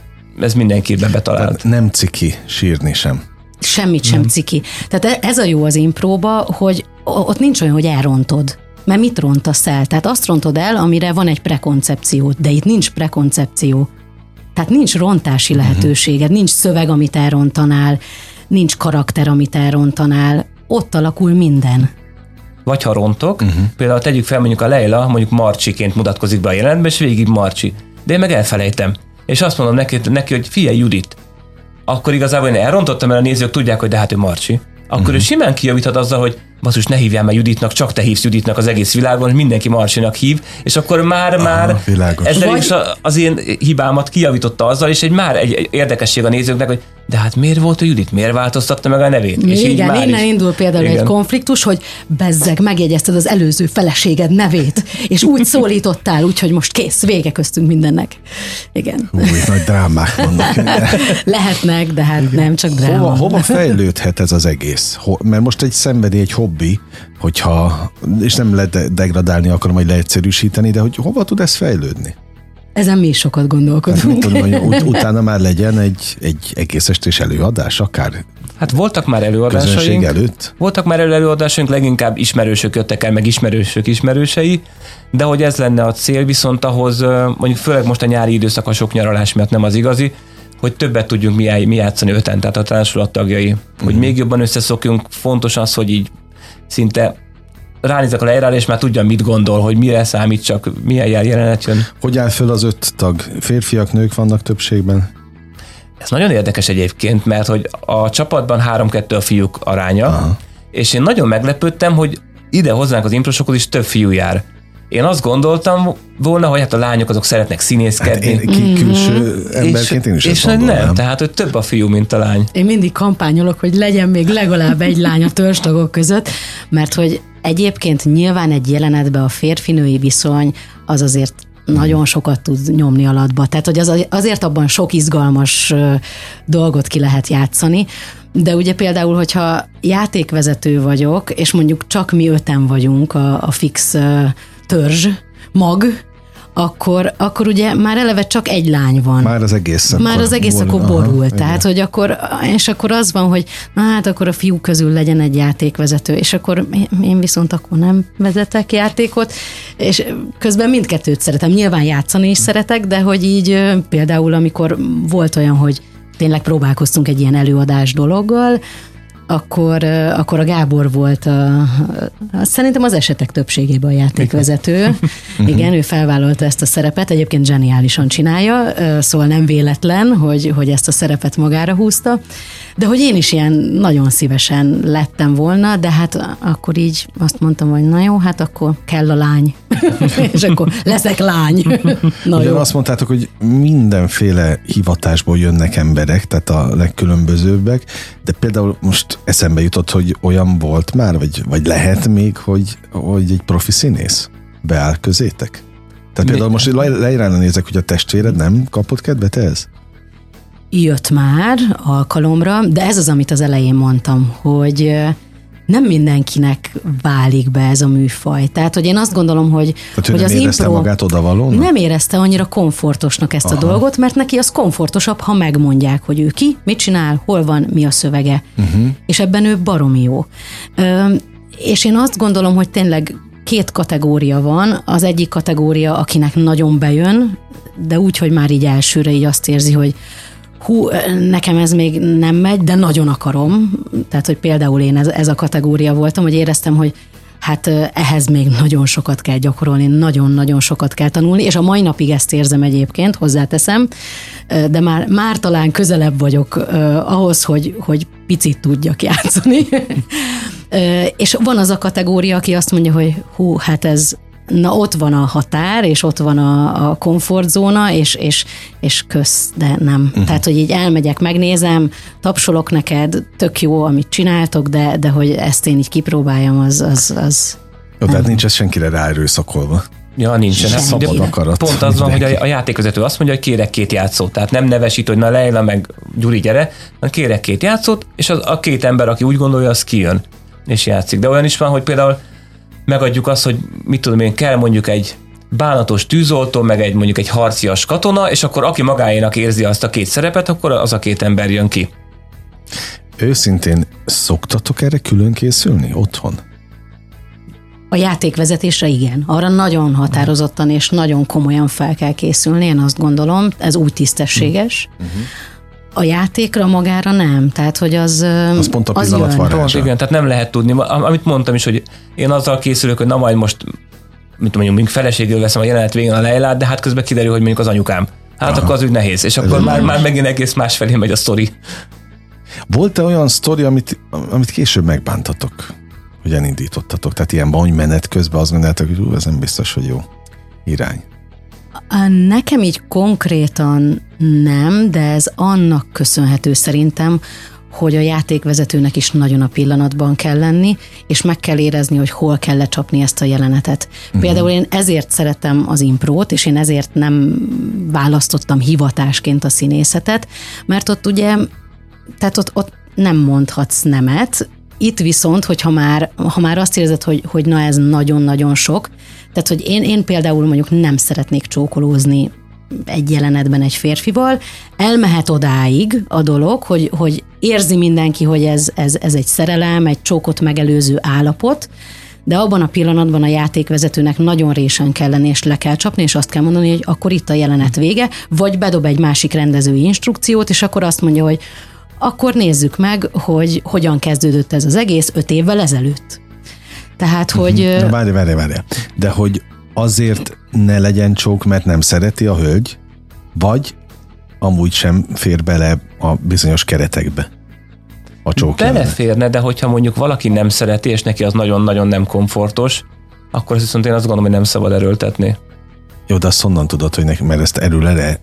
ez mindenkibe betalált. Tehát nem ciki sírni sem. Semmit sem ciki. Tehát ez a jó az impróba, hogy ott nincs olyan, hogy elrontod. Mert mit rontasz el? Tehát azt rontod el, amire van egy prekoncepció, de itt nincs prekoncepció. Tehát nincs rontási lehetőséged, nincs szöveg, amit elrontanál, nincs karakter, amit elrontanál. Ott alakul minden. Vagy ha rontok, például tegyük fel, mondjuk a Leila, mondjuk Marcsiként mutatkozik be a jelenetbe, és végig Marcsi. De én meg elfelejtem. És azt mondom neki hogy figyelj Judit. Akkor igazából én elrontottam, mert a nézők tudják, hogy de hát ő Marcsi. Akkor ő simán kijavíthat azzal, hogy basszus, ne hívjál már Juditnak, csak te hívsz Juditnak az egész világon, mindenki Marcsinak hív, és akkor már ezzel is az én hibámat kijavította azzal, és egy érdekesség a nézőknek, hogy de hát miért volt a Judit, miért változtatta meg a nevét? És igen, így innen indul például egy konfliktus, hogy bezzeg, megjegyezted az előző feleséged nevét, és úgy szólítottál, úgyhogy most kész, vége köztünk mindennek. Igen. Nagy drámák vannak. Lehetnek, de hát nem csak dráma. Hova fejlődhet ez az egész? Mert most egy szenvedély, egy hobbi, hogyha, és nem lehet degradálni akarom, vagy leegyszerűsíteni, de hogy hova tud ez fejlődni? Ezen mi is sokat gondolkodunk. Hát, tudom, hogy utána már legyen egy egész estés előadás, akár hát voltak már előadásaink. Előtt. Voltak már előadásaink, leginkább ismerősök jöttek el, meg ismerősök ismerősei, de hogy ez lenne a cél, viszont ahhoz, mondjuk főleg most a nyári időszak a sok nyaralás miatt nem az igazi, hogy többet tudjunk mi játszani öten, tehát a társulat tagjai. Hogy még jobban összeszokjunk, fontos az, hogy így szinte ránézek a Leirára, és már tudjam, mit gondol, hogy mire számít, csak milyen jelenet jön. Hogy áll föl az 5 tag? Férfiak, nők vannak többségben? Ez nagyon érdekes egyébként, mert hogy a csapatban 3-2 a fiúk aránya, és én nagyon meglepődtem, hogy ide hozzánk az improsokhoz is több fiú jár. Én azt gondoltam volna, hogy hát a lányok azok szeretnek színészkedni. Hát külső emberként én is és nem, tehát hogy több a fiú, mint a lány. Én mindig kampányolok, hogy legyen még legalább egy lány a törzstagok között, mert hogy egyébként nyilván egy jelenetben a férfi-női viszony az azért nagyon sokat tud nyomni alatba. Tehát, hogy azért abban sok izgalmas dolgot ki lehet játszani, de ugye például, hogyha játékvezető vagyok, és mondjuk csak mi 5-en vagyunk a fix törzs, mag, akkor ugye már eleve csak egy lány van. Már az egész akkor borul. Tehát, hogy akkor az van, hogy na hát akkor a fiúk közül legyen egy játékvezető, és akkor én viszont akkor nem vezetek játékot, és közben mindkettőt szeretem. Nyilván játszani is szeretek, de hogy így például amikor volt olyan, hogy tényleg próbálkoztunk egy ilyen előadás dologgal, akkor a Gábor volt szerintem az esetek többségében a játékvezető. Igen, ő felvállalta ezt a szerepet, egyébként zseniálisan csinálja, szóval nem véletlen, hogy ezt a szerepet magára húzta, de hogy én is ilyen nagyon szívesen lettem volna, de hát akkor így azt mondtam, hogy na jó, hát akkor kell a lány. És akkor leszek lány. Ugyan azt mondtátok, hogy mindenféle hivatásból jönnek emberek, tehát a legkülönbözőbbek, de például most eszembe jutott, hogy olyan volt már, vagy lehet még, hogy egy profi színész beáll közétek? Tehát például most Leirára nézek, hogy a testvéred nem kapott kedvet ez? Jött már alkalomra, de ez az, amit az elején mondtam, hogy nem mindenkinek válik be ez a műfaj. Tehát, hogy én azt gondolom, hogy az impro magát odavalónak? Nem érezte annyira komfortosnak ezt a dolgot, mert neki az komfortosabb, ha megmondják, hogy ő ki, mit csinál, hol van, mi a szövege. És ebben ő baromi jó. És én azt gondolom, hogy tényleg 2 kategória van. Az egyik kategória, akinek nagyon bejön, de úgy, hogy már így elsőre így azt érzi, hogy hú, nekem ez még nem megy, de nagyon akarom. Tehát, hogy például én ez a kategória voltam, hogy éreztem, hogy hát ehhez még nagyon sokat kell gyakorolni, nagyon-nagyon sokat kell tanulni, és a mai napig ezt érzem egyébként, hozzáteszem, de már talán közelebb vagyok ahhoz, hogy picit tudjak játszani. És van az a kategória, aki azt mondja, hogy hú, hát ez, na ott van a határ, és ott van a komfortzóna, és kösz, de nem. Tehát, hogy így elmegyek, megnézem, tapsolok neked, tök jó, amit csináltok, de hogy ezt én így kipróbáljam, az Jó, tehát nincs ez senkire ráerőszakolva. Ja, nincsen. Szabad akarat. Pont az van, hogy a játékvezető azt mondja, hogy kérek 2 játszót. Tehát nem nevesít, hogy na Leila meg Gyuri gyere, hanem kérek 2 játszót, és a 2 ember, aki úgy gondolja, az kijön és játszik. De olyan is van, hogy például megadjuk azt, hogy mit tudom én, kell mondjuk egy bánatos tűzoltó, meg mondjuk egy harcias katona, és akkor aki magáénak érzi azt a 2 szerepet, akkor az a 2 ember jön ki. Őszintén szoktatok erre külön készülni otthon? A játékvezetésre igen. Arra nagyon határozottan és nagyon komolyan fel kell készülni, én azt gondolom, ez úgy tisztességes. A játékra magára nem, tehát hogy az pont a pillanat varázsa. Igen, tehát nem lehet tudni. Amit mondtam is, hogy én azzal készülök, hogy na majd most, mit mondjuk, feleségül veszem a jelenet végén a Leilát, de hát közben kiderül, hogy mondjuk az anyukám. Hát akkor az úgy nehéz, és akkor már megint egész másfelé megy a sztori. Volt-e olyan sztori, amit később megbántatok, hogy elindítottatok? Tehát ilyen menet közben azt gondoltátok, hogy ez nem biztos, hogy jó irány. Nekem így konkrétan nem, de ez annak köszönhető szerintem, hogy a játékvezetőnek is nagyon a pillanatban kell lenni, és meg kell érezni, hogy hol kell lecsapni ezt a jelenetet. Például én ezért szeretem az imprót, és én ezért nem választottam hivatásként a színészetet, mert ott ugye, tehát ott nem mondhatsz nemet. Itt viszont, hogy ha már azt érzed, hogy na ez nagyon-nagyon sok, tehát hogy én például mondjuk nem szeretnék csókolózni egy jelenetben egy férfival, elmehet odáig a dolog, hogy érzi mindenki, hogy ez egy szerelem, egy csókot megelőző állapot, de abban a pillanatban a játékvezetőnek nagyon résen kell lenni, és le kell csapni, és azt kell mondani, hogy akkor itt a jelenet vége, vagy bedob egy másik rendezői instrukciót, és akkor azt mondja, hogy akkor nézzük meg, hogy hogyan kezdődött ez az egész 5 évvel ezelőtt. Tehát, hogy... Várj. De hogy azért ne legyen csók, mert nem szereti a hölgy, vagy amúgy sem fér bele a bizonyos keretekbe a csók. Beleférne, de hogyha mondjuk valaki nem szereti, és neki az nagyon-nagyon nem komfortos, akkor viszont én azt gondolom, hogy nem szabad erőltetni. Jó, de azt honnan tudod, hogy neki, mert ezt erről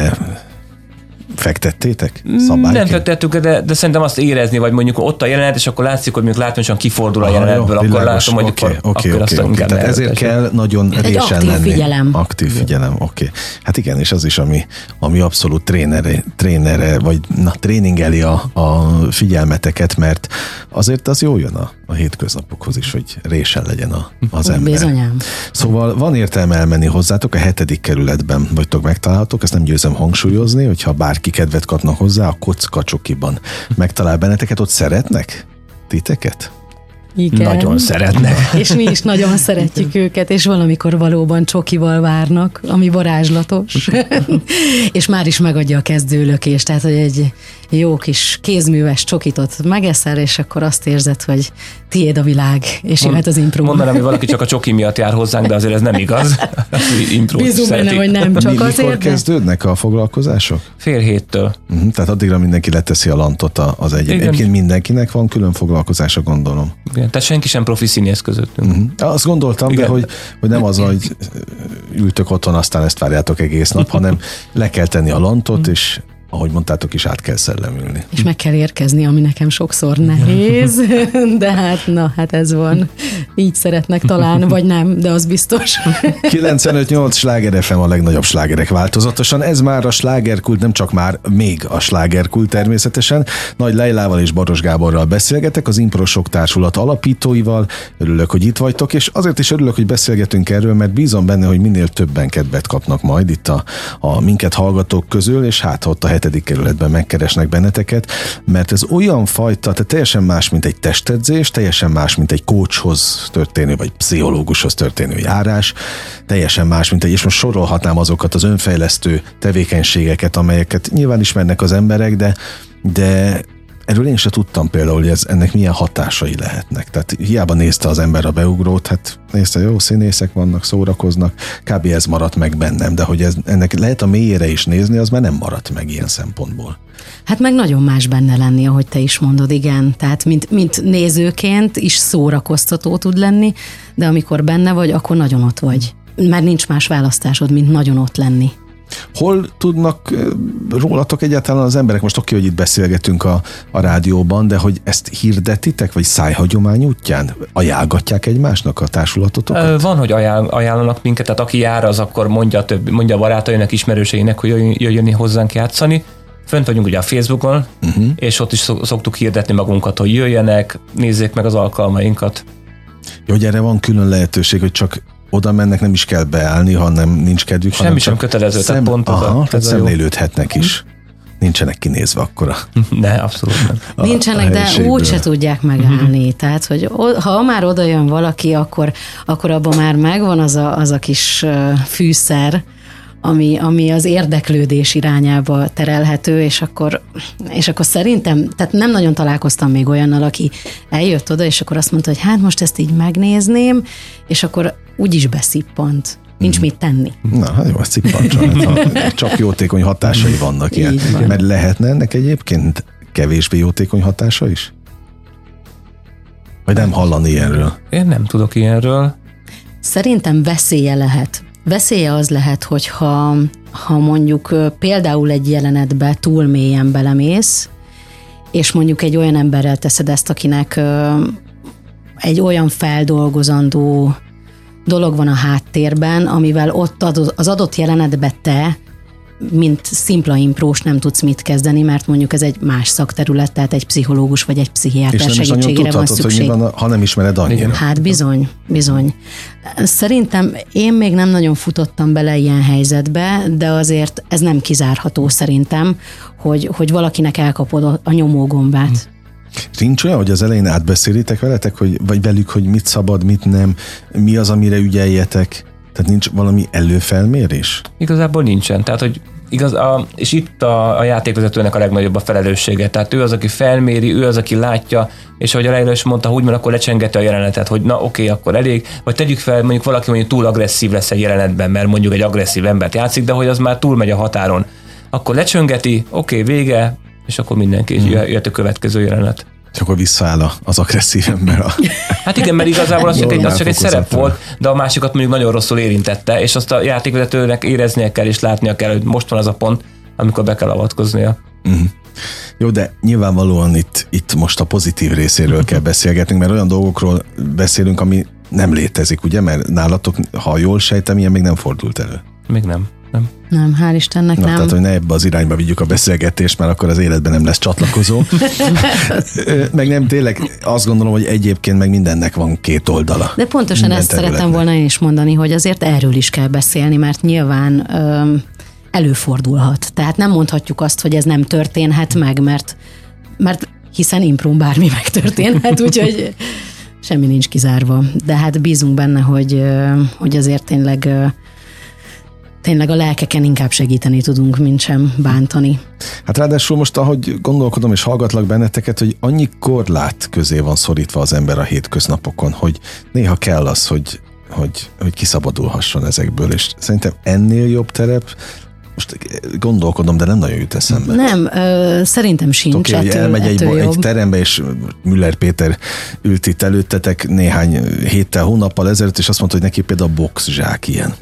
fektettétek? Szabályként? Nem fektettük, de szerintem azt érezni, vagy mondjuk ott a jelenet, és akkor látszik, hogy mondjuk látványosan kifordul a jelenetből, akkor világos, látom, hogy akkor azt inkább tehát ezért kell nagyon résen lenni. Aktív figyelem, oké. Hát igen, és az is, ami abszolút trénere, vagy tréningeli a figyelmeteket, mert azért az jól jön a hétköznapokhoz is, hogy résen legyen az ember. Bizonyám. Szóval van értelme elmenni hozzátok, a 7. kerületben vagytok megtalálhatók, ezt nem győzem hangsúlyozni, hogyha bárki kedvet kapnak hozzá, a Kocka Csokiban megtalál benneteket, ott szeretnek titeket? Igen. Nagyon szeretnek. És mi is nagyon szeretjük őket, és valamikor valóban csokival várnak, ami varázslatos. És már is megadja a kezdőlökést, tehát hogy egy jó kis kézműves csokitot megeszel, és akkor azt érzed, hogy tiéd a világ, és jöhet az impró. Mondanám, hogy valaki csak a csoki miatt jár hozzánk, de azért ez nem igaz. Bízunk benne, hogy nem csak azért. Mikor kezdődnek a foglalkozások? 6:30. Tehát addigra mindenki leteszi a lantot az egyébként mindenkinek van külön foglalkozása, gondolom. Igen, tehát senki sem profi színész közöttünk. Azt gondoltam, de hogy nem az, hogy ültök otthon, aztán ezt várjátok egész nap, hanem le kell tenni a lantot, és ahogy mondtátok is, át kell szellemülni. És meg kell érkezni, ami nekem sokszor nehéz, de hát ez van. Így szeretnek talán, vagy nem, de az biztos. 95.8 Sláger FM, a legnagyobb slágerek változatosan. Ez már a slágerkult, nem csak már, még a slágerkult természetesen. Nagy Leilával és Baros Gáborral beszélgetek, az Improsok Társulat alapítóival. Örülök, hogy itt vagytok, és azért is örülök, hogy beszélgetünk erről, mert bízom benne, hogy minél többen kedvet kapnak majd itt a minket hallgatók közül, és hát ott a 7. kerületben megkeresnek benneteket, mert ez olyan fajta, tehát teljesen más, mint egy testedzés, teljesen más, mint egy coachhoz történő, vagy pszichológushoz történő járás, teljesen más, mint és most sorolhatnám azokat az önfejlesztő tevékenységeket, amelyeket nyilván ismernek az emberek, de erről én sem tudtam például, hogy ennek milyen hatásai lehetnek. Tehát hiába nézte az ember a Beugrót, hát nézte, jó színészek vannak, szórakoznak, kb. Ez maradt meg bennem, de hogy ennek lehet a mélyére is nézni, az már nem maradt meg ilyen szempontból. Hát meg nagyon más benne lenni, ahogy te is mondod, igen. Tehát mint nézőként is szórakoztató tud lenni, de amikor benne vagy, akkor nagyon ott vagy. Mert nincs más választásod, mint nagyon ott lenni. Hol tudnak rólatok egyáltalán az emberek? Most oké, hogy itt beszélgetünk a rádióban, de hogy ezt hirdetitek, vagy szájhagyomány útján? Ajánlgatják egymásnak a társulatotokat? Van, hogy ajánlanak minket, tehát aki jár, az akkor mondja a barátainak, ismerőseinek, hogy jöjjön hozzánk játszani. Fönt vagyunk ugye a Facebookon, és ott is szoktuk hirdetni magunkat, hogy jöjjenek, nézzék meg az alkalmainkat. Jó, hogy erre van külön lehetőség, hogy csak oda mennek, nem is kell beállni, hanem nincs kedvük. Semmi sem kötelező, tehát pont tehát szemlélődhetnek is. Nincsenek kinézve akkora. Ne, abszolút nem. Nincsenek, de úgy se tudják megállni. Tehát, hogy ha már oda jön valaki, akkor abban már megvan az a kis fűszer, ami az érdeklődés irányába terelhető, és akkor szerintem, tehát nem nagyon találkoztam még olyannal, aki eljött oda, és akkor azt mondta, hogy hát most ezt így megnézném, és akkor úgyis beszippant. Nincs mit tenni. Na, hát jó, ez cippancsalat. Csak jótékony hatásai vannak ilyen. Van. Mert lehetne ennek egyébként kevésbé jótékony hatása is? Vagy nem hallani ilyenről? Én nem tudok ilyenről. Szerintem veszélye lehet. Veszélye az lehet, hogyha mondjuk például egy jelenetbe túl mélyen belemész, és mondjuk egy olyan emberrel teszed ezt, akinek egy olyan feldolgozandó dolog van a háttérben, amivel ott az adott jelenetbe te, mint szimpla imprós nem tudsz mit kezdeni, mert mondjuk ez egy más szakterület, tehát egy pszichológus vagy egy pszichiáter segítségére van szükség. Hogy mi van, ha nem ismered annyira. Hát bizony. Szerintem én még nem nagyon futottam bele ilyen helyzetbe, de azért ez nem kizárható szerintem, hogy valakinek elkapod a nyomógombát. Nincs olyan, hogy az elején átbeszélitek veletek, vagy velük, hogy mit szabad, mit nem, mi az, amire ügyeljetek? Tehát nincs valami előfelmérés? Igazából nincsen. Tehát, hogy és itt a játékvezetőnek a legnagyobb a felelőssége. Tehát ő az, aki felméri, ő az, aki látja, és ahogy a Leila is mondta, úgymond akkor lecsengeti a jelenetet, hogy na oké, akkor elég, vagy tegyük fel, mondjuk valaki mondjuk túl agresszív lesz egy jelenetben, mert mondjuk egy agresszív embert játszik, de hogy az már túl megy a határon. Akkor lecsöngeti, oké, vége, és akkor mindenki jött a következő jelenet. És akkor visszaáll az agresszív ember. Hát igen, mert igazából az csak egy szerep volt, de a másikat mondjuk nagyon rosszul érintette, és azt a játékvezetőnek éreznie kell és látnia kell, hogy most van az a pont, amikor be kell avatkoznia. Jó, de nyilvánvalóan itt most a pozitív részéről kell beszélgetnünk, mert olyan dolgokról beszélünk, ami nem létezik, ugye? Mert nálatok, ha jól sejtem, ilyen még nem fordult elő. Még nem. Nem, hál' Istennek nem. Tehát, hogy ne ebbe az irányba vigyük a beszélgetést, mert akkor az életben nem lesz csatlakozó. Meg nem, tényleg azt gondolom, hogy egyébként meg mindennek van két oldala. De pontosan ezt szerettem volna én is mondani, hogy azért erről is kell beszélni, mert nyilván előfordulhat. Tehát nem mondhatjuk azt, hogy ez nem történhet meg, mert hiszen imprón bármi megtörténhet, úgyhogy semmi nincs kizárva. De hát bízunk benne, hogy azért tényleg a lelkeken inkább segíteni tudunk, mint sem bántani. Hát ráadásul most, ahogy gondolkodom és hallgatlak benneteket, hogy annyi korlát közé van szorítva az ember a hétköznapokon, hogy néha kell az, hogy kiszabadulhasson ezekből, és szerintem ennél jobb terep, most gondolkodom, de nem nagyon jut eszembe. Nem, szerintem sincs. Oké, hogy elmegy egy terembe, és Müller Péter ült itt előttetek néhány héttel, hónappal ezelőtt, és azt mondta, hogy neki például a boxzsák ilyen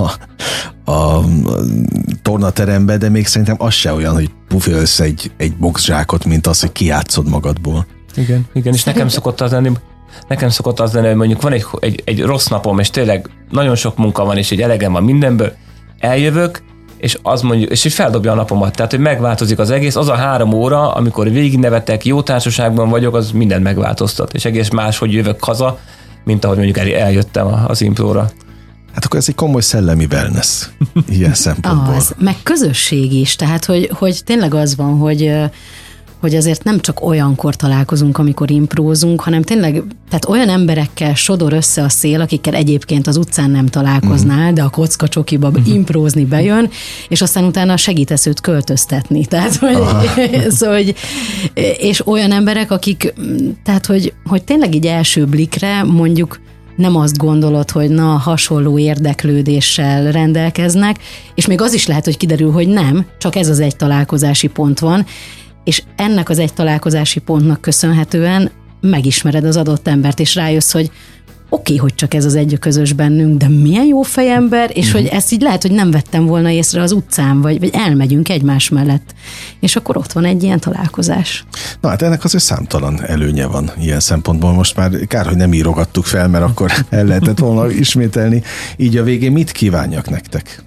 a tornaterembe, de még szerintem az se olyan, hogy pufölsz egy boxzsákot, mint az, hogy kijátszod magadból. Igen, és nekem szokott az lenni, hogy mondjuk van egy rossz napom, és tényleg nagyon sok munka van, és egy elegem van mindenből, eljövök, és az mondjuk, és így feldobja a napomat. Tehát, hogy megváltozik az egész, az a 3 óra, amikor végignevetek, jó társaságban vagyok, az mindent megváltoztat, és egész máshogy jövök haza, mint ahogy mondjuk eljöttem az implóra. Hát akkor ez egy komoly szellemi wellness ilyen szempontból. Meg közösség is, tehát, hogy tényleg az van, hogy azért nem csak olyankor találkozunk, amikor imprózunk, hanem tényleg, tehát olyan emberekkel sodor össze a szél, akikkel egyébként az utcán nem találkoznál, de a kockacsokiba imprózni bejön, és aztán utána segítesz őt költöztetni. Tehát, hogy és olyan emberek, akik, tehát, hogy tényleg így első blikre mondjuk nem azt gondolod, hogy na, hasonló érdeklődéssel rendelkeznek, és még az is lehet, hogy kiderül, hogy nem, csak ez az egy találkozási pont van, és ennek az egy találkozási pontnak köszönhetően megismered az adott embert, és rájössz, hogy oké, hogy csak ez az egy a közös bennünk, de milyen jó fejember, és hogy ezt így lehet, hogy nem vettem volna észre az utcán, vagy elmegyünk egymás mellett. És akkor ott van egy ilyen találkozás. Na hát ennek azért számtalan előnye van ilyen szempontból. Most már kár, hogy nem írogattuk fel, mert akkor el lehetett volna ismételni. Így a végén mit kívánjak nektek?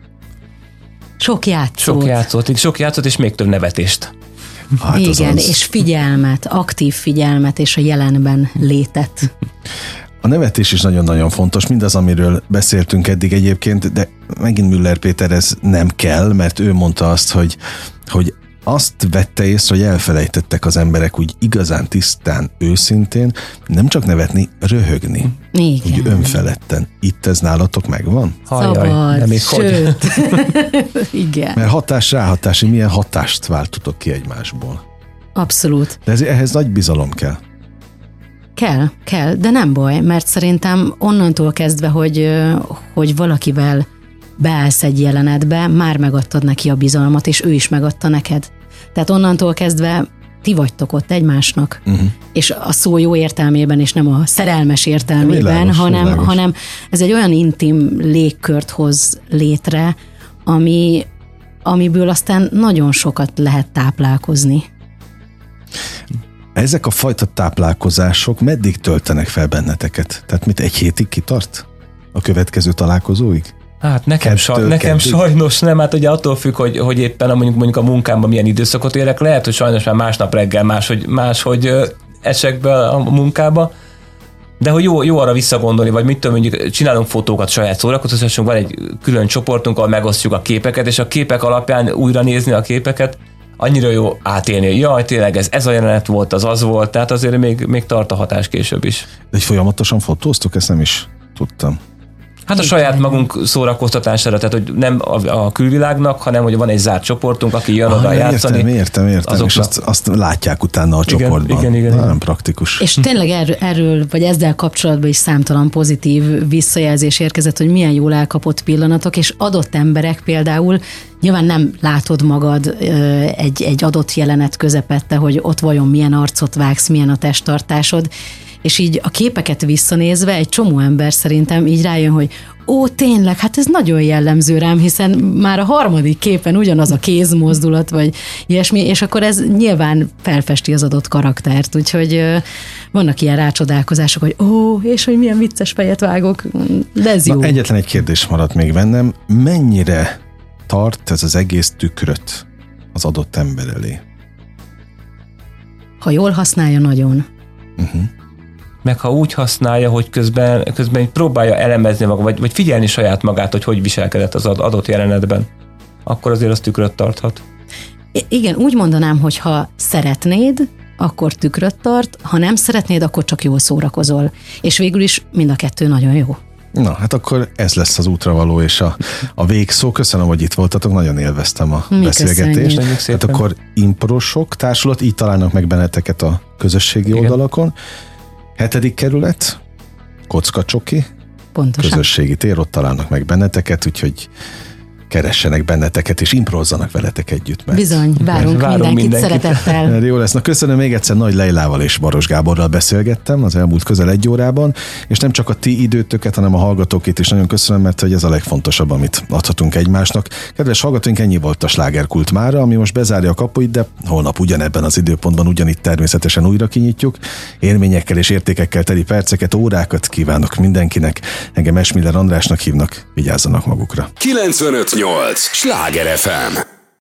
Sok játszót. Sok játszót, és még több nevetést. Hát igen, és figyelmet, aktív figyelmet, és a jelenben létet. A nevetés is nagyon-nagyon fontos, mindaz, amiről beszéltünk eddig egyébként, de megint Müller Péter ez nem kell, mert ő mondta azt, hogy azt vette észre, hogy elfelejtettek az emberek úgy igazán tisztán, őszintén, nem csak nevetni, röhögni. Igen. Úgy önfeledten. Itt ez nálatok megvan? Szabad, nem még sőt. Igen. Mert hatás-ráhatás, hogy milyen hatást váltotok ki egymásból. Abszolút. De ehhez nagy bizalom kell. Kell, de nem baj, mert szerintem onnantól kezdve, hogy valakivel beállsz egy jelenetbe, már megadtad neki a bizalmat, és ő is megadta neked. Tehát onnantól kezdve ti vagytok ott egymásnak, és a szó jó értelmében, és nem a szerelmes értelmében, világos. hanem ez egy olyan intim légkört hoz létre, amiből aztán nagyon sokat lehet táplálkozni. Ezek a fajta táplálkozások meddig töltenek fel benneteket? Tehát mit, egy hétig kitart? A következő találkozóig? Hát nekem sajnos nem, hát ugye attól függ, hogy éppen mondjuk a munkámban milyen időszakot érek, lehet, hogy sajnos már másnap reggel máshogy esek be a munkába, de hogy jó arra visszagondolni, vagy mit tudom, mondjuk csinálunk fotókat saját szórakoztatásunk, van egy külön csoportunk, ahol megosztjuk a képeket, és a képek alapján újra nézni a képeket, annyira jó átélni, jaj, tényleg ez a jelenet volt, az volt, tehát azért még tart a hatás később is. De hogy folyamatosan fotóztok, ezt nem is tudtam. Hát a saját magunk szórakoztatására, tehát hogy nem a külvilágnak, hanem hogy van egy zárt csoportunk, aki jön oda játszani. Értem, és azt látják utána a csoportban. Igen. Nem praktikus. És tényleg erről, vagy ezzel kapcsolatban is számtalan pozitív visszajelzés érkezett, hogy milyen jól elkapott pillanatok, és adott emberek például, nyilván nem látod magad egy adott jelenet közepette, hogy ott vajon milyen arcot vágsz, milyen a testtartásod, és így a képeket visszanézve egy csomó ember szerintem így rájön, hogy tényleg, hát ez nagyon jellemző rám, hiszen már a harmadik képen ugyanaz a kézmozdulat, vagy ilyesmi, és akkor ez nyilván felfesti az adott karaktert, úgyhogy vannak ilyen rácsodálkozások, hogy és hogy milyen vicces fejet vágok, de ez jó. Egyetlen egy kérdés maradt még bennem, mennyire tart ez az egész tükröt az adott ember elé? Ha jól használja, nagyon. Meg ha úgy használja, hogy közben próbálja elemezni maga, vagy figyelni saját magát, hogy viselkedett az adott jelenetben, akkor azért az tükröt tarthat. Igen, úgy mondanám, hogy ha szeretnéd, akkor tükröt tart, ha nem szeretnéd, akkor csak jól szórakozol. És végül is mind a kettő nagyon jó. Na, hát akkor ez lesz az útravaló és a végszó. Köszönöm, hogy itt voltatok, nagyon élveztem a beszélgetést. Hát akkor Improsok társulat, így találnak meg benneteket a közösségi oldalakon. 7. kerület, Kockacsoki, pontosan. Közösségi tér, ott találnak meg benneteket, úgyhogy keressenek benneteket, és improzzanak veletek együtt. Bizony, várunk mindenkit szeretettel. Jó lesz. Na, köszönöm még egyszer, Nagy Leilával és Baros Gáborral beszélgettem az elmúlt közel 1 órában, és nem csak a ti időtöket, hanem a hallgatókét is nagyon köszönöm, mert hogy ez a legfontosabb, amit adhatunk egymásnak. Kedves hallgatóink, ennyi volt a Slágerkult mára, ami most bezárja a kapuit, de holnap ugyanebben az időpontban ugyanitt természetesen újra kinyitjuk. Élményekkel és értékekkel teli perceket, órákat kívánok mindenkinek. Engem Esmiller Andrásnak hívnak, vigyázzanak magukra. 95.8 Sláger FM.